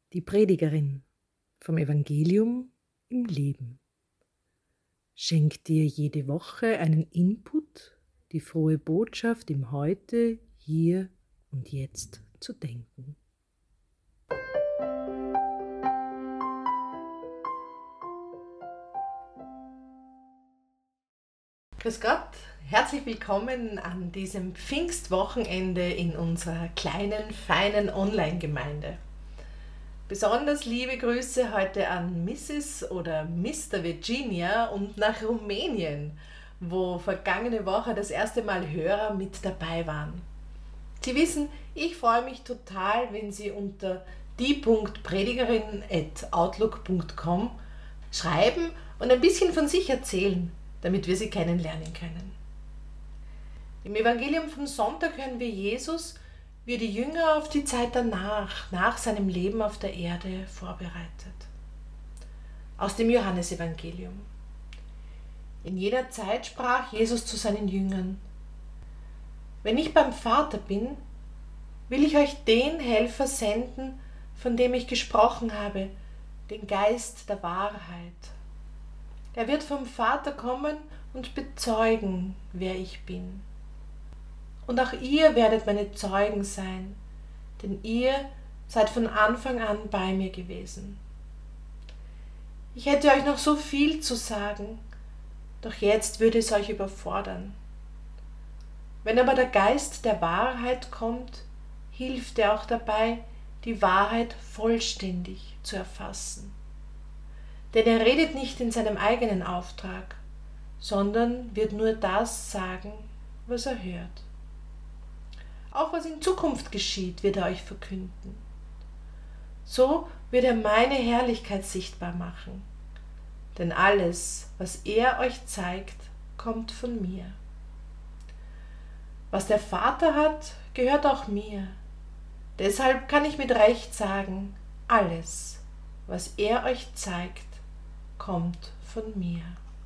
Die Predigerin vom Evangelium im Leben schenkt dir jede Woche einen Input, die frohe Botschaft im Heute, Hier und Jetzt zu denken. Grüß Gott, herzlich willkommen an diesem Pfingstwochenende in unserer kleinen, feinen Online-Gemeinde. Besonders liebe Grüße heute an Mrs. oder Mr. Virginia und nach Rumänien, wo vergangene Woche das erste Mal Hörer mit dabei waren. Sie wissen, ich freue mich total, wenn Sie unter die.predigerin@outlook.com schreiben und ein bisschen von sich erzählen, damit wir Sie kennenlernen können. Im Evangelium vom Sonntag hören wir Jesus, wie er die Jünger auf die Zeit danach, nach seinem Leben auf der Erde, vorbereitet. Aus dem Johannesevangelium. In jener Zeit sprach Jesus zu seinen Jüngern: Wenn ich beim Vater bin, will ich euch den Helfer senden, von dem ich gesprochen habe, den Geist der Wahrheit. Er wird vom Vater kommen und bezeugen, wer ich bin. Und auch ihr werdet meine Zeugen sein, denn ihr seid von Anfang an bei mir gewesen. Ich hätte euch noch so viel zu sagen, doch jetzt würde es euch überfordern. Wenn aber der Geist der Wahrheit kommt, hilft er auch dabei, die Wahrheit vollständig zu erfassen. Denn er redet nicht in seinem eigenen Auftrag, sondern wird nur das sagen, was er hört. Auch was in Zukunft geschieht, wird er euch verkünden. So wird er meine Herrlichkeit sichtbar machen. Denn alles, was er euch zeigt, kommt von mir. Was der Vater hat, gehört auch mir. Deshalb kann ich mit Recht sagen, alles, was er euch zeigt, kommt von mir.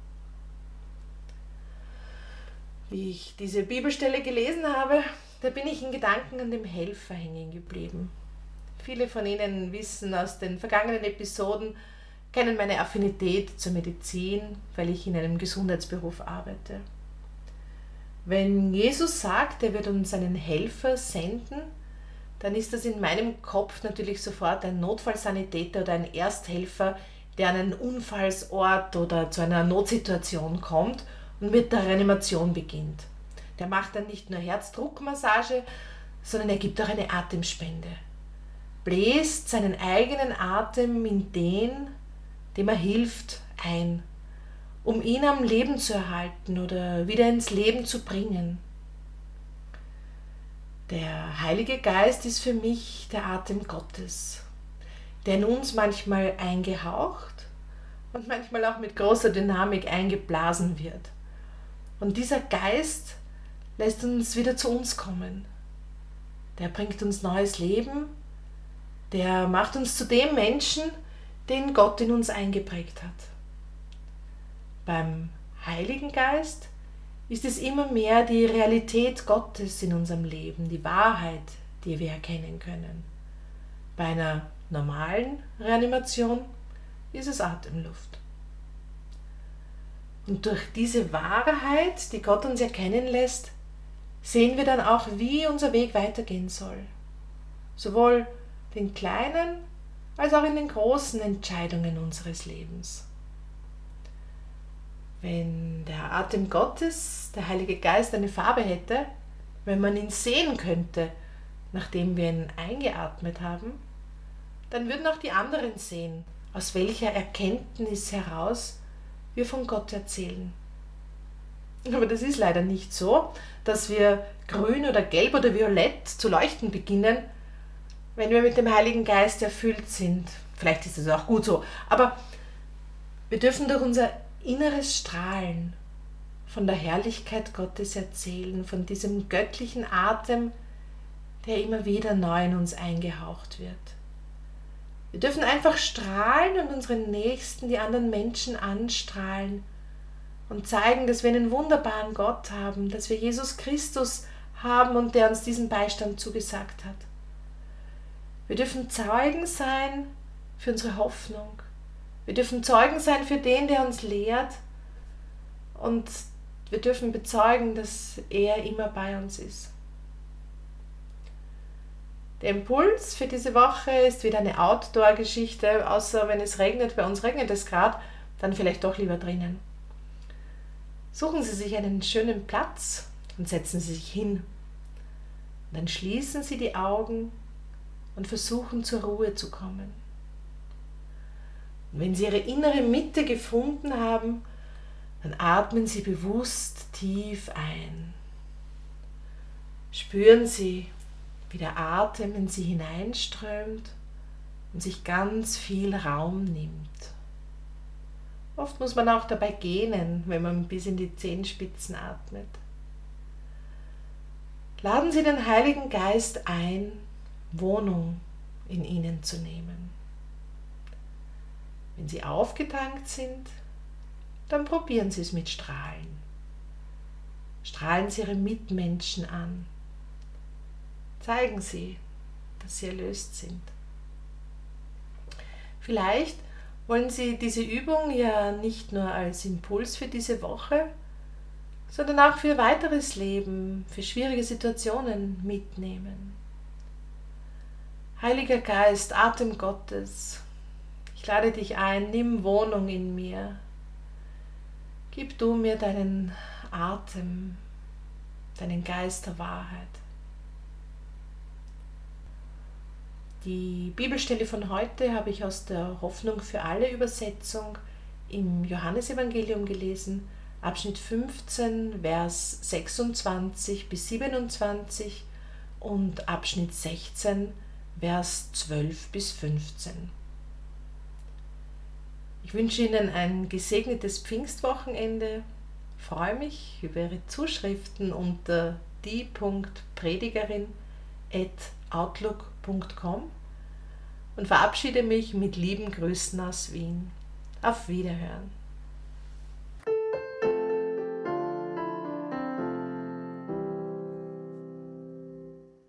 Wie ich diese Bibelstelle gelesen habe, da bin ich in Gedanken an dem Helfer hängen geblieben. Viele von Ihnen wissen aus den vergangenen Episoden, kennen meine Affinität zur Medizin, weil ich in einem Gesundheitsberuf arbeite. Wenn Jesus sagt, er wird uns einen Helfer senden, dann ist das in meinem Kopf natürlich sofort ein Notfallsanitäter oder ein Ersthelfer, der an einen Unfallsort oder zu einer Notsituation kommt und mit der Reanimation beginnt. Der macht dann nicht nur Herzdruckmassage, sondern er gibt auch eine Atemspende. Bläst seinen eigenen Atem in den, dem er hilft, ein, um ihn am Leben zu erhalten oder wieder ins Leben zu bringen. Der Heilige Geist ist für mich der Atem Gottes, der in uns manchmal eingehaucht und manchmal auch mit großer Dynamik eingeblasen wird. Und dieser Geist lässt uns wieder zu uns kommen. Der bringt uns neues Leben, der macht uns zu dem Menschen, den Gott in uns eingeprägt hat. Beim Heiligen Geist ist es immer mehr die Realität Gottes in unserem Leben, die Wahrheit, die wir erkennen können. Bei einer normalen Reanimation ist es Atemluft. Und durch diese Wahrheit, die Gott uns erkennen lässt, sehen wir dann auch, wie unser Weg weitergehen soll. Sowohl den kleinen als auch in den großen Entscheidungen unseres Lebens. Wenn der Atem Gottes, der Heilige Geist, eine Farbe hätte, wenn man ihn sehen könnte, nachdem wir ihn eingeatmet haben, dann würden auch die anderen sehen, aus welcher Erkenntnis heraus wir von Gott erzählen. Aber das ist leider nicht so, dass wir grün oder gelb oder violett zu leuchten beginnen, wenn wir mit dem Heiligen Geist erfüllt sind. Vielleicht ist das auch gut so, aber wir dürfen durch unser inneres Strahlen von der Herrlichkeit Gottes erzählen, von diesem göttlichen Atem, der immer wieder neu in uns eingehaucht wird. Wir dürfen einfach strahlen und unseren Nächsten, die anderen Menschen anstrahlen und zeigen, dass wir einen wunderbaren Gott haben, dass wir Jesus Christus haben und der uns diesen Beistand zugesagt hat. Wir dürfen Zeugen sein für unsere Hoffnung. Wir dürfen Zeugen sein für den, der uns lehrt. Und wir dürfen bezeugen, dass er immer bei uns ist. Der Impuls für diese Woche ist wieder eine Outdoor-Geschichte, außer wenn es regnet. Bei uns regnet es gerade, dann vielleicht doch lieber drinnen. Suchen Sie sich einen schönen Platz und setzen Sie sich hin. Und dann schließen Sie die Augen und versuchen zur Ruhe zu kommen. Und wenn Sie Ihre innere Mitte gefunden haben, dann atmen Sie bewusst tief ein. Spüren Sie, wie der Atem in Sie hineinströmt und sich ganz viel Raum nimmt. Oft muss man auch dabei gähnen, wenn man bis in die Zehenspitzen atmet. Laden Sie den Heiligen Geist ein, Wohnung in Ihnen zu nehmen. Wenn Sie aufgetankt sind, dann probieren Sie es mit Strahlen. Strahlen Sie Ihre Mitmenschen an. Zeigen Sie, dass Sie erlöst sind. Vielleicht wollen Sie diese Übung ja nicht nur als Impuls für diese Woche, sondern auch für weiteres Leben, für schwierige Situationen mitnehmen. Heiliger Geist, Atem Gottes, ich lade dich ein, nimm Wohnung in mir. Gib du mir deinen Atem, deinen Geist der Wahrheit. Die Bibelstelle von heute habe ich aus der Hoffnung für alle Übersetzung im Johannesevangelium gelesen, Abschnitt 15, Vers 26 bis 27 und Abschnitt 16, Vers 12 bis 15. Ich wünsche Ihnen ein gesegnetes Pfingstwochenende. Ich freue mich über Ihre Zuschriften unter die.predigerin@outlook.com und verabschiede mich mit lieben Grüßen aus Wien. Auf Wiederhören.